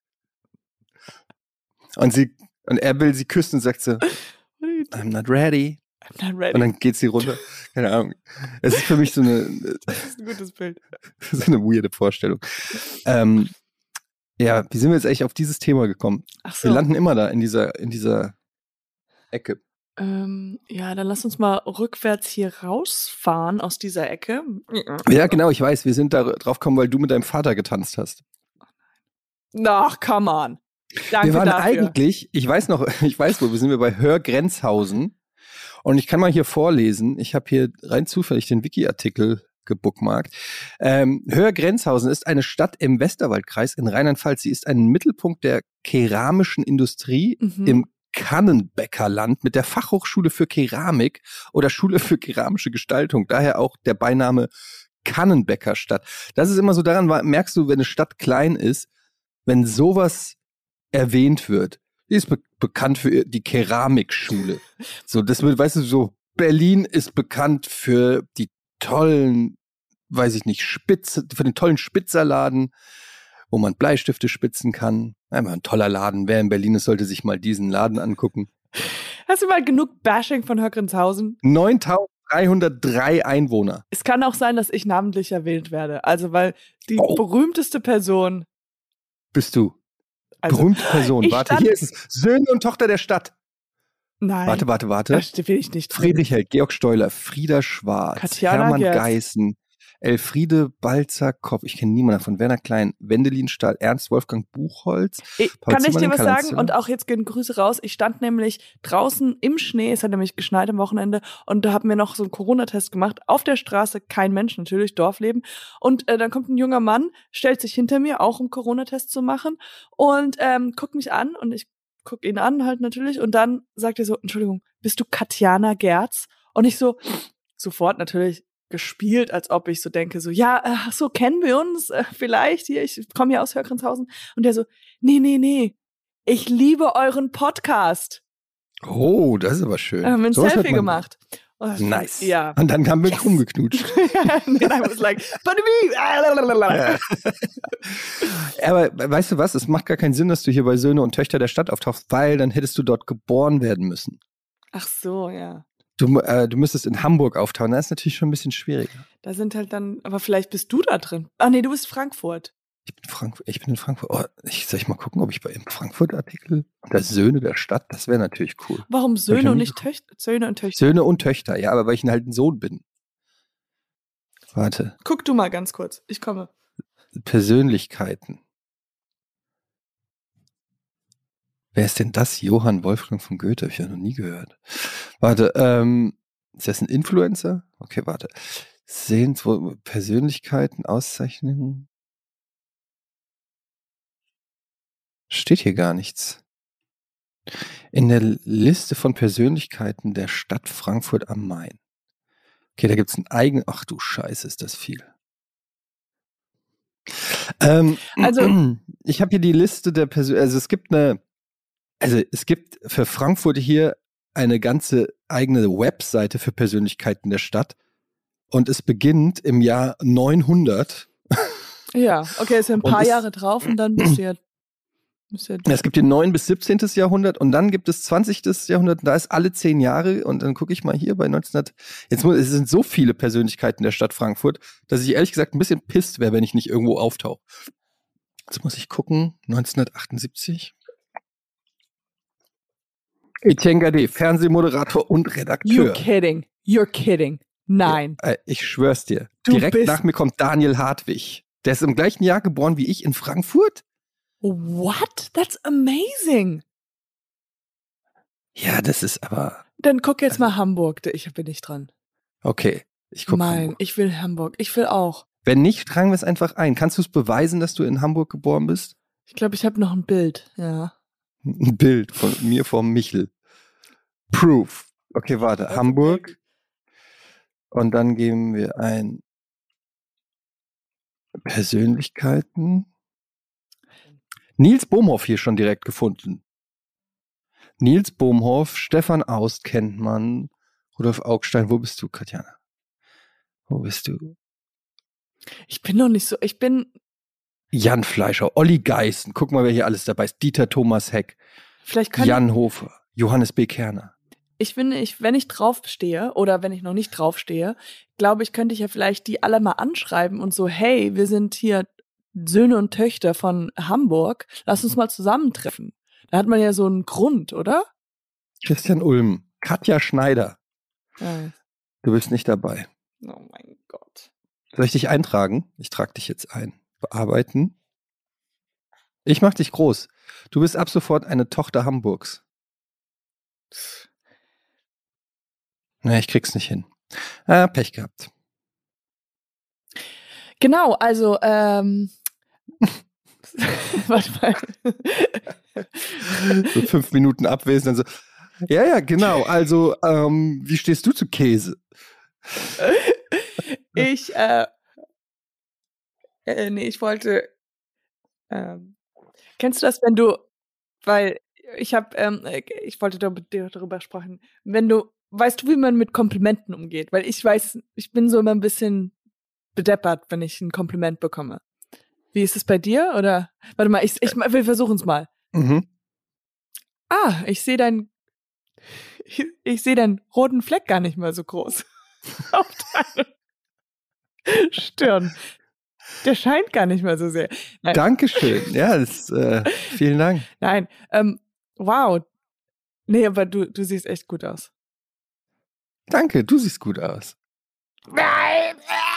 Und sie, und er will sie küssen und sagt so, I'm not ready. I'm not ready. Und dann geht sie runter. Keine Ahnung. Es ist für mich so eine, Das ist ein gutes Bild. so eine weirde Vorstellung. Ähm, ja, wie sind wir jetzt eigentlich auf dieses Thema gekommen? Ach so. Wir landen immer da in dieser, in dieser Ecke. Ähm, ja, dann lass uns mal rückwärts hier rausfahren aus dieser Ecke. Ja, genau, ich weiß. Wir sind da drauf gekommen, weil du mit deinem Vater getanzt hast. Ach, come on. Danke wir waren dafür. eigentlich, ich weiß noch, ich weiß wo, wir sind wir bei Hörgrenzhausen. Und ich kann mal hier vorlesen. Ich habe hier rein zufällig den Wiki-Artikel gebookmarkt. Ähm, Hörgrenzhausen ist eine Stadt im Westerwaldkreis in Rheinland-Pfalz. Sie ist ein Mittelpunkt der keramischen Industrie Mhm. im Kannenbäckerland mit der Fachhochschule für Keramik oder Schule für keramische Gestaltung. Daher auch der Beiname Kannenbäckerstadt. Das ist immer so, daran merkst du, wenn eine Stadt klein ist, wenn sowas erwähnt wird. Die ist be- bekannt für die Keramikschule. So, das wird, weißt du, so Berlin ist bekannt für die tollen, weiß ich nicht, Spitze, für den tollen Spitzerladen, wo man Bleistifte spitzen kann. Einmal ein toller Laden. Wer in Berlin ist, sollte sich mal diesen Laden angucken. Hast du mal genug Bashing von Hörgrenzhausen? neuntausenddreihundertdrei Einwohner. Es kann auch sein, dass ich namentlich erwähnt werde. Also, weil die Oh. berühmteste Person. Bist du. Also, Berühmte Person. ich Warte, stand- hier ist es. Söhne und Tochter der Stadt. Nein. Warte, warte, warte. Da will ich nicht drin. Friedrich Held, Georg Steuler, Frieda Schwarz, Katjana Hermann Gerz. Geißen, Elfriede Balzer-Kopp, ich kenne niemanden davon, Werner Klein, Wendelin Stahl, Ernst Wolfgang Buchholz. Ich, Paul kann ich dir Zimmermann, was Karl-Heinz sagen? Zimmer. Und auch jetzt gehen Grüße raus. Ich stand nämlich draußen im Schnee, es hat nämlich geschneit am Wochenende und da haben wir noch so einen Corona-Test gemacht. Auf der Straße kein Mensch, natürlich, Dorfleben. Und äh, dann kommt ein junger Mann, stellt sich hinter mir, auch um Corona-Test zu machen und ähm, guckt mich an und ich guck ihn an halt natürlich und dann sagt er so, Entschuldigung, bist du Katjana Gerz? Und ich so, sofort natürlich gespielt, als ob ich so denke, so, ja, ach so, kennen wir uns äh, vielleicht hier, ich komme ja aus Hörgrenzhausen. Und der so, nee, nee, nee, ich liebe euren Podcast. Oh, das ist aber schön. Da haben wir ein Sowas hört Selfie man. gemacht. Oh, das fand- Nice. Ja. Und dann haben wir Yes. rumgeknutscht. And then I was like, Pandemie! Aber weißt du was, es macht gar keinen Sinn, dass du hier bei Söhne und Töchter der Stadt auftauchst, weil dann hättest du dort geboren werden müssen. Ach so, ja. Du, äh, du müsstest in Hamburg auftauchen, das ist natürlich schon ein bisschen schwieriger. Da sind halt dann, aber vielleicht bist du da drin. Ah nee, du bist Frankfurt. Ich bin, Frank- ich bin in Frankfurt. Oh, ich, soll ich mal gucken, ob ich bei im Frankfurt-Artikel der Söhne der Stadt, das wäre natürlich cool. Warum ich Söhne noch und nie nicht Töchter? Söhne und Töchter. Söhne und Töchter, ja, aber weil ich halt ein Sohn bin. Warte, Guck du mal ganz kurz. Ich komme. Persönlichkeiten. Wer ist denn das? Johann Wolfgang von Goethe, habe ich ja noch nie gehört. Warte, ähm, ist das ein Influencer? Okay, warte. Sehenswür- Persönlichkeiten, Auszeichnungen. Steht hier gar nichts. In der Liste von Persönlichkeiten der Stadt Frankfurt am Main. Okay, da gibt's einen eigenen. Ach du Scheiße, ist das viel. Ähm, Also- ich habe hier die Liste der Persönlichkeiten. Also es gibt eine, also es gibt für Frankfurt hier eine ganze eigene Webseite für Persönlichkeiten der Stadt. Und es beginnt im Jahr neunhundert. Ja, okay, ist ja ein Und paar ist- Jahre drauf und dann bist du ja. Bist ja Es gibt den neun bis siebzehnten. Jahrhundert und dann gibt es zwanzigsten. Jahrhundert. Da ist alle zehn Jahre und dann gucke ich mal hier bei neunzehnhundert. Jetzt muss, es sind so viele Persönlichkeiten der Stadt Frankfurt, dass ich ehrlich gesagt ein bisschen pisst wäre, wenn ich nicht irgendwo auftauche. Jetzt muss ich gucken. neunzehnhundertachtundsiebzig. Etienne Gade, Fernsehmoderator und Redakteur. You're kidding. You're kidding. Nein. Ja, äh, ich schwör's dir. Du Direkt bist- nach mir kommt Daniel Hartwig. Der ist im gleichen Jahr geboren wie ich in Frankfurt. What? That's amazing. Ja, das ist aber Dann guck jetzt Also- mal Hamburg. Ich bin nicht dran. okay. Ich gucke. Nein, ich will Hamburg. Ich will auch. Wenn nicht, tragen wir es einfach ein. Kannst du es beweisen, dass du in Hamburg geboren bist? Ich glaube, ich habe noch ein Bild. Ja. Ein Bild von mir vom Michel. Proof. Okay, warte. That's Hamburg. Und dann geben wir ein Persönlichkeiten. Nils Bohmhoff hier schon direkt gefunden. Nils Bohmhoff, Stefan Aust kennt man. Rudolf Augstein, wo bist du, Katjana? Wo bist du? Ich bin noch nicht so. Ich bin. Jan Fleischer, Olli Geißen, guck mal, wer hier alles dabei ist. Dieter Thomas Heck, Vielleicht kann Jan Hofer, Johannes B. Kerner. ich finde, ich, wenn ich draufstehe oder wenn ich noch nicht draufstehe, glaube ich, könnte ich ja vielleicht die alle mal anschreiben und so, hey, wir sind hier Söhne und Töchter von Hamburg, lass uns mal zusammentreffen. Da hat man ja so einen Grund, oder? Christian Ulm, Katja Schneider. Ja. Du bist nicht dabei. Oh mein Gott. Soll ich dich eintragen? Ich trage dich jetzt ein. Bearbeiten. Ich mach dich groß. Du bist ab sofort eine Tochter Hamburgs. Na, ich krieg's nicht hin. Ah, Pech gehabt. Genau, also, ähm. Warte mal. So fünf Minuten abwesend, dann so. Ja, ja, genau. Also, ähm, wie stehst du zu Käse? Ich, äh, äh, nee, ich wollte, ähm, kennst du das, wenn du, weil ich habe, ähm, ich wollte da mit dir darüber sprechen, wenn du, weißt du, wie man mit Komplimenten umgeht? Weil ich weiß, ich bin so immer ein bisschen bedeppert, wenn ich ein Kompliment bekomme. Wie ist es bei dir? Oder, warte mal, ich, ich, wir versuchen es mal. Mhm. Ah, ich sehe deinen, ich, ich sehe deinen roten Fleck gar nicht mal so groß. Auf deiner Stirn. Der scheint gar nicht mal so sehr. Nein. Dankeschön. Ja, das, äh, vielen Dank. Nein, ähm, wow. Nee, aber du, du siehst echt gut aus. Danke, du siehst gut aus. Nein!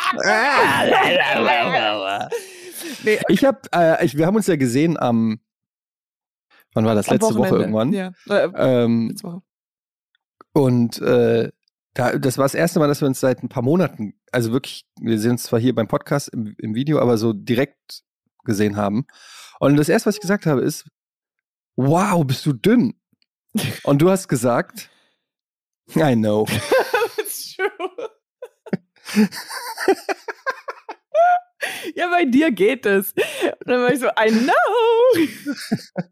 Nee, okay. Ich hab, äh, ich, wir haben uns ja gesehen am, wann war das? Am Letzte Woche Wochenende. irgendwann. Ja, äh, Ähm, letzte Woche. und äh, da, das war das erste Mal, dass wir uns seit ein paar Monaten, also wirklich, wir sehen uns zwar hier beim Podcast im, im Video, aber so direkt gesehen haben. Und das erste, was ich gesagt habe, ist, wow, bist du dünn. Und du hast gesagt, I know. That's true. Ja, bei dir geht es. Und dann war ich so, I know.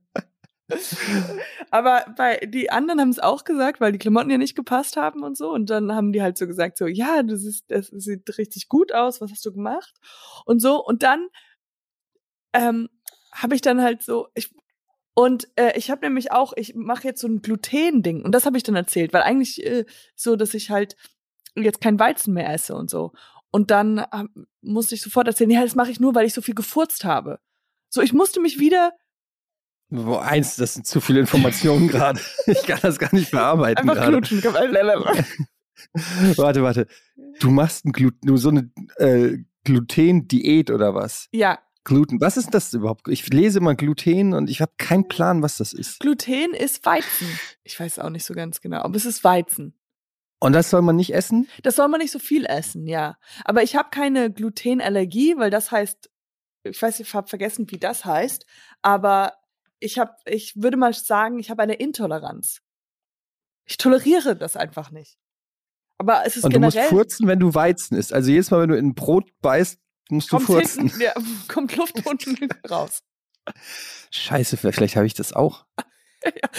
Aber bei die anderen haben es auch gesagt, weil die Klamotten ja nicht gepasst haben und so. Und dann haben die halt so gesagt, so, ja, du siehst, das sieht richtig gut aus, was hast du gemacht? Und so. Und dann ähm, habe ich dann halt so, ich und äh, ich habe nämlich auch, ich mache jetzt so ein Gluten-Ding. Und das habe ich dann erzählt, weil eigentlich äh, so, dass ich halt jetzt kein Weizen mehr esse und so. Und dann äh, musste ich sofort erzählen, ja, das mache ich nur, weil ich so viel gefurzt habe. So, ich musste mich wieder Boah, eins, das sind zu viele Informationen gerade. Ich kann das gar nicht bearbeiten einfach gerade. knutschen. Warte, warte. Du machst ein Glut- nur so eine äh, Gluten-Diät oder was? Ja, Gluten. Was ist das überhaupt? Ich lese immer Gluten und ich habe keinen Plan, was das ist. Gluten ist Weizen. Ich weiß auch nicht so ganz genau, aber es ist Weizen. Und das soll man nicht essen? Das soll man nicht so viel essen, ja. Aber ich habe keine Glutenallergie, weil das heißt, ich weiß, ich habe vergessen, wie das heißt, aber ich habe, ich würde mal sagen, ich habe eine Intoleranz. Ich toleriere das einfach nicht. Aber es ist Und du generell. musst furzen, wenn du Weizen isst. Also jedes Mal, wenn du in ein Brot beißt, musst du kommt furzen. hinten, ja, kommt Luft unten raus. Scheiße, vielleicht habe ich das auch. Ja.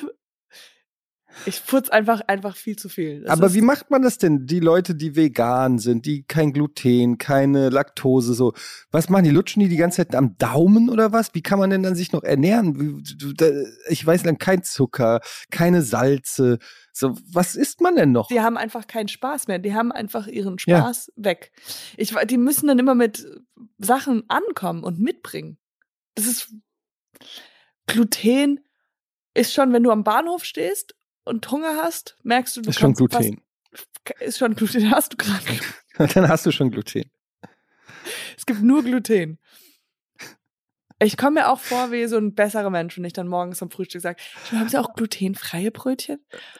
Ich furze einfach, einfach viel zu viel. Das Aber ist, wie macht man das denn? Die Leute, die vegan sind, die kein Gluten, keine Laktose, so. Was machen die? Lutschen die die ganze Zeit am Daumen oder was? Wie kann man denn dann sich noch ernähren? Ich weiß dann, kein Zucker, keine Salze. So, was isst man denn noch? Die haben einfach keinen Spaß mehr. Die haben einfach ihren Spaß ja. weg. Ich, die müssen dann immer mit Sachen ankommen und mitbringen. Das ist, Gluten ist schon, wenn du am Bahnhof stehst und Hunger hast, merkst du, du ist schon Gluten. Fast, ist schon Gluten. Hast du gerade. Dann hast du schon Gluten. Es gibt nur Gluten. Ich komme mir auch vor wie so ein besserer Mensch, wenn ich dann morgens am Frühstück sage, haben Sie auch glutenfreie Brötchen?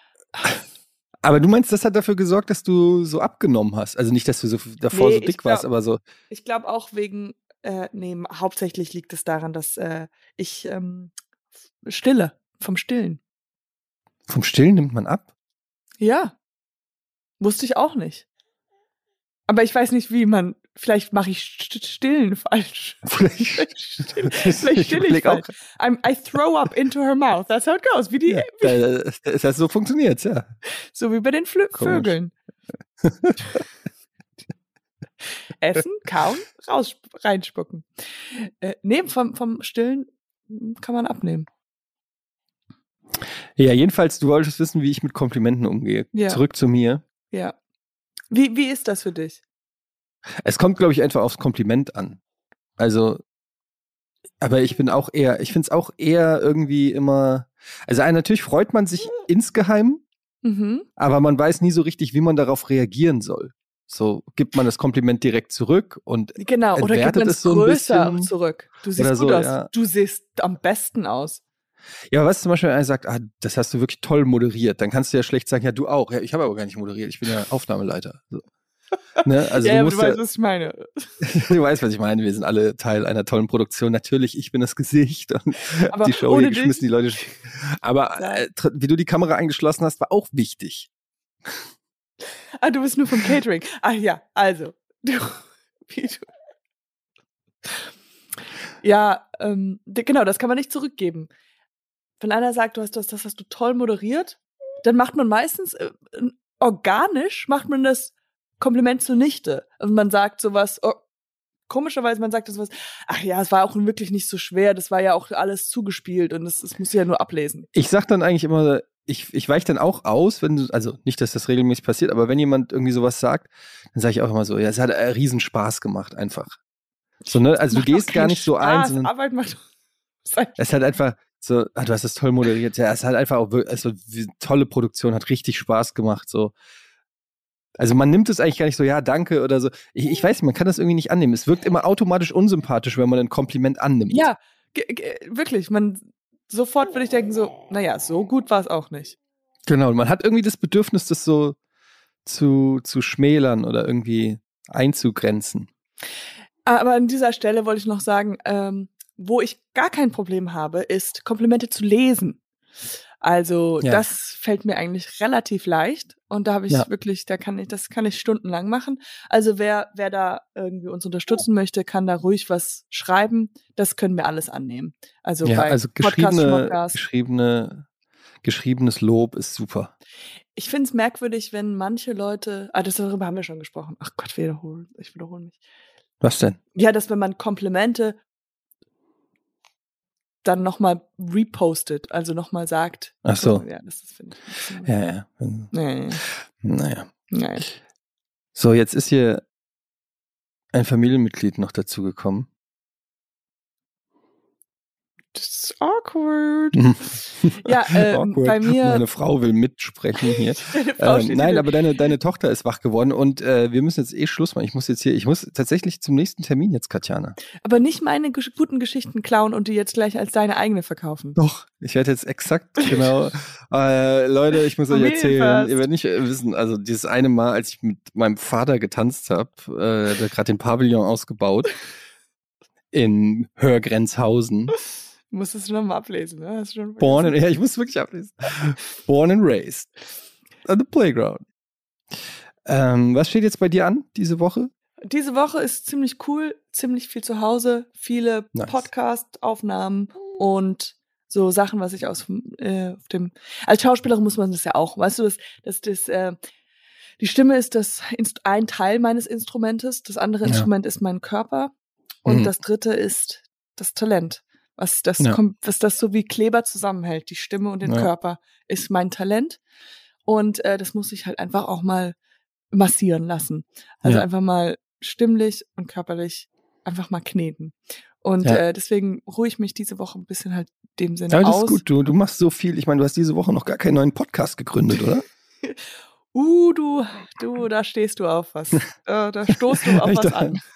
Aber du meinst, das hat dafür gesorgt, dass du so abgenommen hast? Also nicht, dass du so davor nee, so dick glaub, warst, aber so. Ich glaube auch wegen, äh, nee, hauptsächlich liegt es daran, dass äh, ich ähm, stille, vom Stillen. Vom Stillen nimmt man ab? Ja. Wusste ich auch nicht. Aber ich weiß nicht, wie man, vielleicht mache ich Stillen falsch. Vielleicht, still, vielleicht still ich, ich falsch. I'm, I throw up into her mouth. That's how it goes. Wie die, ja, wie, das, so funktioniert's, ja. So wie bei den Flö Komisch. Vögeln. Essen, kauen, raus, reinspucken. Äh, nee, vom, vom Stillen kann man abnehmen. Ja, jedenfalls, du wolltest wissen, wie ich mit Komplimenten umgehe. Ja. Zurück zu mir. Ja. Wie, wie ist das für dich? Es kommt, glaube ich, einfach aufs Kompliment an. Also, aber ich bin auch eher, ich finde es auch eher irgendwie immer, also natürlich freut man sich insgeheim, Mhm. Aber man weiß nie so richtig, wie man darauf reagieren soll. So, gibt man das Kompliment direkt zurück und Genau, oder gibt entwertet man es es so ein größer bisschen. zurück. Du siehst oder gut so, aus. ja. Du siehst am besten aus. Ja, aber was zum Beispiel, wenn einer sagt, ah, das hast du wirklich toll moderiert, dann kannst du ja schlecht sagen, ja, du auch. Ja, ich habe aber gar nicht moderiert, ich bin ja Aufnahmeleiter. So. Ne? Also ja, du aber musst du ja, weißt, was ich meine. du weißt, was ich meine. Wir sind alle Teil einer tollen Produktion. Natürlich, ich bin das Gesicht und Aber die Show ohne hier geschmissen, die Leute. Aber Ja. äh, tr- wie du die Kamera eingeschlossen hast, war auch wichtig. Ah, du bist nur vom Catering. Ach ja, also. Du, wie du. Ja, ähm, d- genau, das kann man nicht zurückgeben. Wenn einer sagt, du hast das, das hast du toll moderiert, dann macht man meistens äh, organisch, macht man das Kompliment zunichte. Also man sagt sowas, oh, komischerweise, man sagt das was, ach ja, es war auch wirklich nicht so schwer, das war ja auch alles zugespielt und es, es muss ja nur ablesen. Ich sag dann eigentlich immer, ich, ich weiche dann auch aus, wenn du, also nicht, dass das regelmäßig passiert, aber wenn jemand irgendwie sowas sagt, dann sage ich auch immer so, ja, es hat äh, riesen Spaß gemacht, einfach. So, ne? Also du Macht doch gehst gar keinen nicht so ein, Spaß. sondern Arbeit macht es ist halt einfach so, ah, du hast das toll moderiert. Ja, es ist halt einfach auch wirklich, also die tolle Produktion, hat richtig Spaß gemacht, so. Also man nimmt es eigentlich gar nicht so, ja, danke oder so. Ich, ich weiß nicht, man kann das irgendwie nicht annehmen. Es wirkt immer automatisch unsympathisch, wenn man ein Kompliment annimmt. Ja, ge- ge- wirklich, man sofort würde ich denken so, naja, so gut war es auch nicht. Genau, man hat irgendwie das Bedürfnis, das so zu, zu schmälern oder irgendwie einzugrenzen. Aber an dieser Stelle wollte ich noch sagen, ähm, wo ich gar kein Problem habe, ist Komplimente zu lesen. Also Ja. das fällt mir eigentlich relativ leicht und da habe ich Ja. wirklich, da kann ich, das kann ich stundenlang machen. Also wer, wer da irgendwie uns unterstützen möchte, kann da ruhig was schreiben. Das können wir alles annehmen. Also Ja, bei also Podcast, geschriebene, Schmockcast. geschriebene, geschriebenes Lob ist super. Ich finde es merkwürdig, wenn manche Leute, ah, das darüber haben wir schon gesprochen. Ach Gott, wiederholen, ich wiederhole mich. Was denn? Ja, dass wenn man Komplimente dann nochmal repostet, also nochmal sagt. Ach so. Ja, das ist, finde ich. ein bisschen- Ja, ja. Nee, Naja. nein. So, jetzt ist hier ein Familienmitglied noch dazugekommen. Das ist awkward. Ja, ähm, Awkward. bei mir- Meine Frau will mitsprechen hier. Deine Frau ähm, steht nein, hier- aber deine, deine Tochter ist wach geworden und äh, wir müssen jetzt eh Schluss machen. Ich muss jetzt hier, ich muss tatsächlich zum nächsten Termin jetzt, Katjana. Aber nicht meine gesch- guten Geschichten klauen und die jetzt gleich als deine eigene verkaufen. Doch, ich werde jetzt exakt, genau. äh, Leute, ich muss euch erzählen, Familienfest. ihr werdet nicht äh, wissen, also dieses eine Mal, als ich mit meinem Vater getanzt habe, äh, der hat gerade den Pavillon ausgebaut in Hörgrenzhausen. Du musst es nochmal ablesen, ne? Hast du schon Born and, ja, ich muss wirklich ablesen. Born and raised at the playground. Ähm, was steht jetzt bei dir an diese Woche? Diese Woche ist ziemlich cool, ziemlich viel zu Hause, viele Nice. Podcast-Aufnahmen und so Sachen, was ich aus äh, auf dem als Schauspielerin muss man das ja auch, weißt du, dass das, das äh, die Stimme ist das Inst- ein Teil meines Instrumentes, das andere Ja. Instrument ist mein Körper und Mhm. das dritte ist das Talent. Was das Ja. kommt, was das so wie Kleber zusammenhält, die Stimme und den Ja. Körper ist mein Talent und äh, das muss ich halt einfach auch mal massieren lassen. Also Ja. einfach mal stimmlich und körperlich einfach mal kneten. Und Ja. äh, deswegen ruhe ich mich diese Woche ein bisschen halt dem Sinne Ja, das aus. ist gut. Du, du machst so viel. Ich meine, du hast diese Woche noch gar keinen neuen Podcast gegründet, oder? Uh, du, du, da stehst du auf was. äh, da stoßt du auf Ich was dachte- an.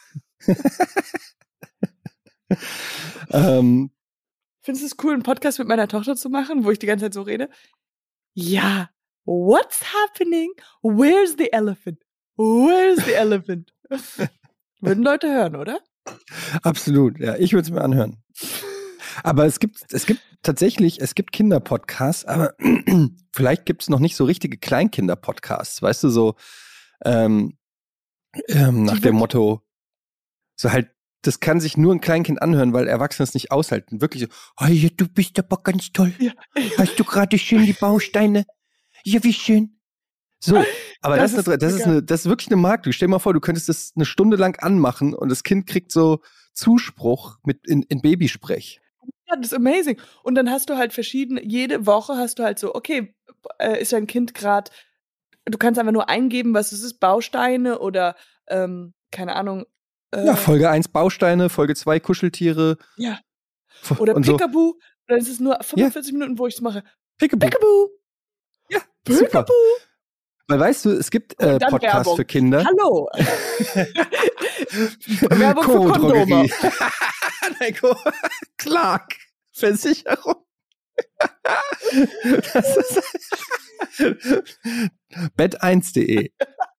ähm, Findest du es cool, einen Podcast mit meiner Tochter zu machen, wo ich die ganze Zeit so rede? Ja. What's happening? Where's the elephant? Where's the elephant? Würden Leute hören, oder? absolut. Ja, ich würde es mir anhören. Aber es gibt, es gibt tatsächlich, es gibt Kinderpodcasts, aber vielleicht gibt es noch nicht so richtige Kleinkinder-Podcasts, weißt du, so ähm, ähm, nach Die dem wirklich- Motto, so halt, das kann sich nur ein Kleinkind anhören, weil Erwachsene es nicht aushalten. Wirklich so, oh ja, du bist aber ganz toll. Ja. Hast du gerade schön die Bausteine? Ja, wie schön. So, aber das, Das das, ist das, ist, mega. eine, das ist wirklich eine Marktlücke. Stell dir mal vor, du könntest das eine Stunde lang anmachen und das Kind kriegt so Zuspruch mit in, in Babysprech. Ja, das ist amazing. Und dann hast du halt verschiedene, jede Woche hast du halt so, okay, äh, ist dein Kind gerade, du kannst einfach nur eingeben, was es ist, Bausteine oder, ähm, keine Ahnung. Äh, Ja, Folge eins Bausteine, Folge zwei Kuscheltiere. ja. Oder und so. Peekaboo. Oder es ist nur fünfundvierzig Minuten, wo ich es mache. Peekaboo. Peekaboo. Ja. Super. Weil weißt du, es gibt äh, Podcasts Werbung. für Kinder. Hallo. Werbung für Kondome. Nein, Clark. Versicherung. Das ist bett eins punkt de.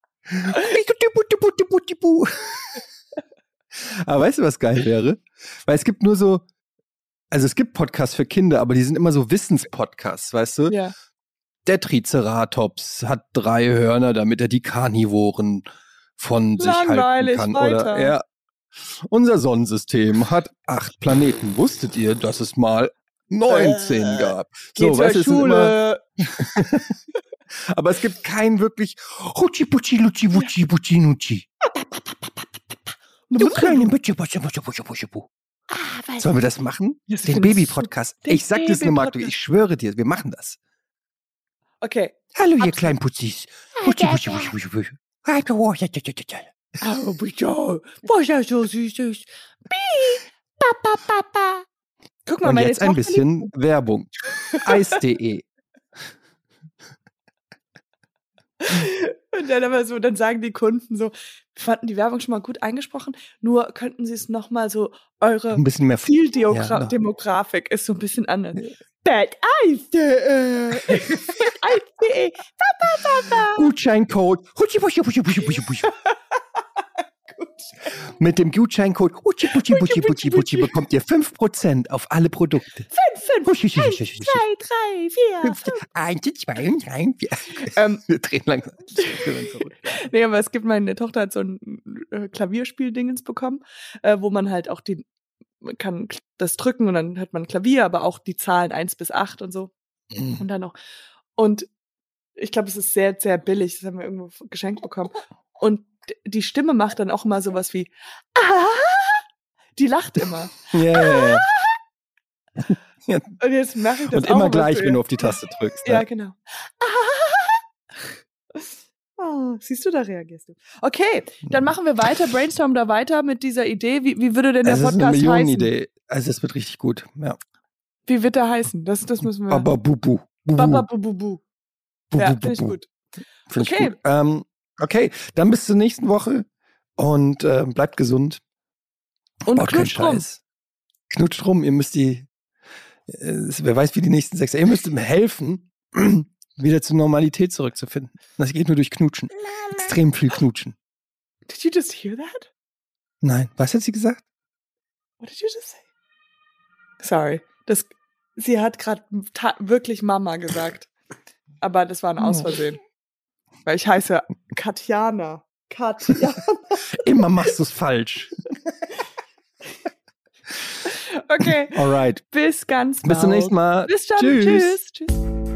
Aber weißt du, was geil wäre? Weil es gibt nur so, also es gibt Podcasts für Kinder, aber die sind immer so Wissenspodcasts, weißt du? Ja. Der Triceratops hat drei Hörner, damit er die Karnivoren von sich Langweilig, halten kann. weiter. Oder er, unser Sonnensystem hat acht Planeten. Wusstet ihr, dass es mal neunzehn äh, gab? So, weißt du, Schule. Immer, aber es gibt keinen wirklich Hutschi Putschi Lutschi Wutschi Butschi Nutschi. Du kleine Butchi Butchi Butchi Butchi Butchi Butchi. Ah, Sollen wir das machen? Das den Baby-Podcast. Ich sag dir nur, Marc, ich schwöre dir, wir machen das. Okay. Hallo, ihr kleinen Putzis. Putschi, Putschi, Putschi, Putschi, Putschi. Oh, bitte. Was ist so süß? Papa, Papa. Guck mal, und meine jetzt ein bisschen liebt... Werbung. eis punkt de. Und dann aber so, dann sagen die Kunden so, wir fanden die Werbung schon mal gut eingesprochen, nur könnten sie es nochmal so, eure ein bisschen mehr Zieldemografik ja, ist so ein bisschen anders. Bett eins punkt de. eins punkt de. Papa, Papa. Gutscheincode. Hutschi, Putschi, Putschi, Putschi, Putschi, Putschi. Mit dem Gutscheincode Utschi, Putschi, Putschi, Putschi, Putschi bekommt ihr fünf Prozent auf alle Produkte. fünf, fünf, eins, zwei, drei, vier, fünf. eins, zwei und drei, vier. Ähm, Wir drehen langsam. Nee, aber es gibt, meine Tochter hat so ein äh, Klavierspiel-Dingens bekommen, äh, wo man halt auch die, man kann das drücken und dann hat man ein Klavier, aber auch die Zahlen eins bis acht und so. Mhm. Und dann noch. Und ich glaube, es ist sehr, sehr billig. Das haben wir irgendwo geschenkt bekommen. Und die Stimme macht dann auch immer sowas wie ah! Die lacht immer. Yeah. Ah! Und jetzt mache ich das Und auch immer gleich, für... wenn du auf die Taste drückst. Ja, ja genau. Ah! Oh, siehst du, da reagierst du. Okay, dann machen wir weiter, brainstormen da weiter mit dieser Idee. Wie, wie würde denn der es Podcast ist eine heißen? Idee. Also es wird richtig gut. Ja. Wie wird der heißen? Das, das müssen wir... Baba Bubu. Baba Bubu. Bu. Ja, finde ich gut. Find okay. Ich gut. Ähm, okay, dann bis zur nächsten Woche und äh, bleibt gesund. Und baut keinen Scheiß. Knutscht rum, ihr müsst die, äh, wer weiß, wie die nächsten sechs, ihr müsst ihm helfen, wieder zur Normalität zurückzufinden. Das geht nur durch Knutschen. Mama. Extrem viel Knutschen. Did you just hear that? Nein, was hat sie gesagt? What did you just say? Sorry, das, sie hat gerade wirklich Mama gesagt, aber das war ein Ausversehen. Weil ich heiße Katjana. Katjana. Immer machst du es falsch. Okay. Alright. Bis ganz bald. Bis zum nächsten Mal. Bis dann. Tschüss. Tschüss. Tschüss.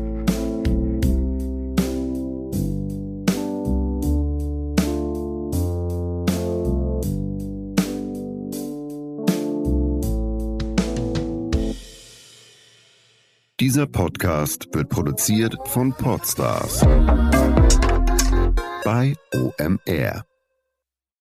Dieser Podcast wird produziert von Podstars bei O M R.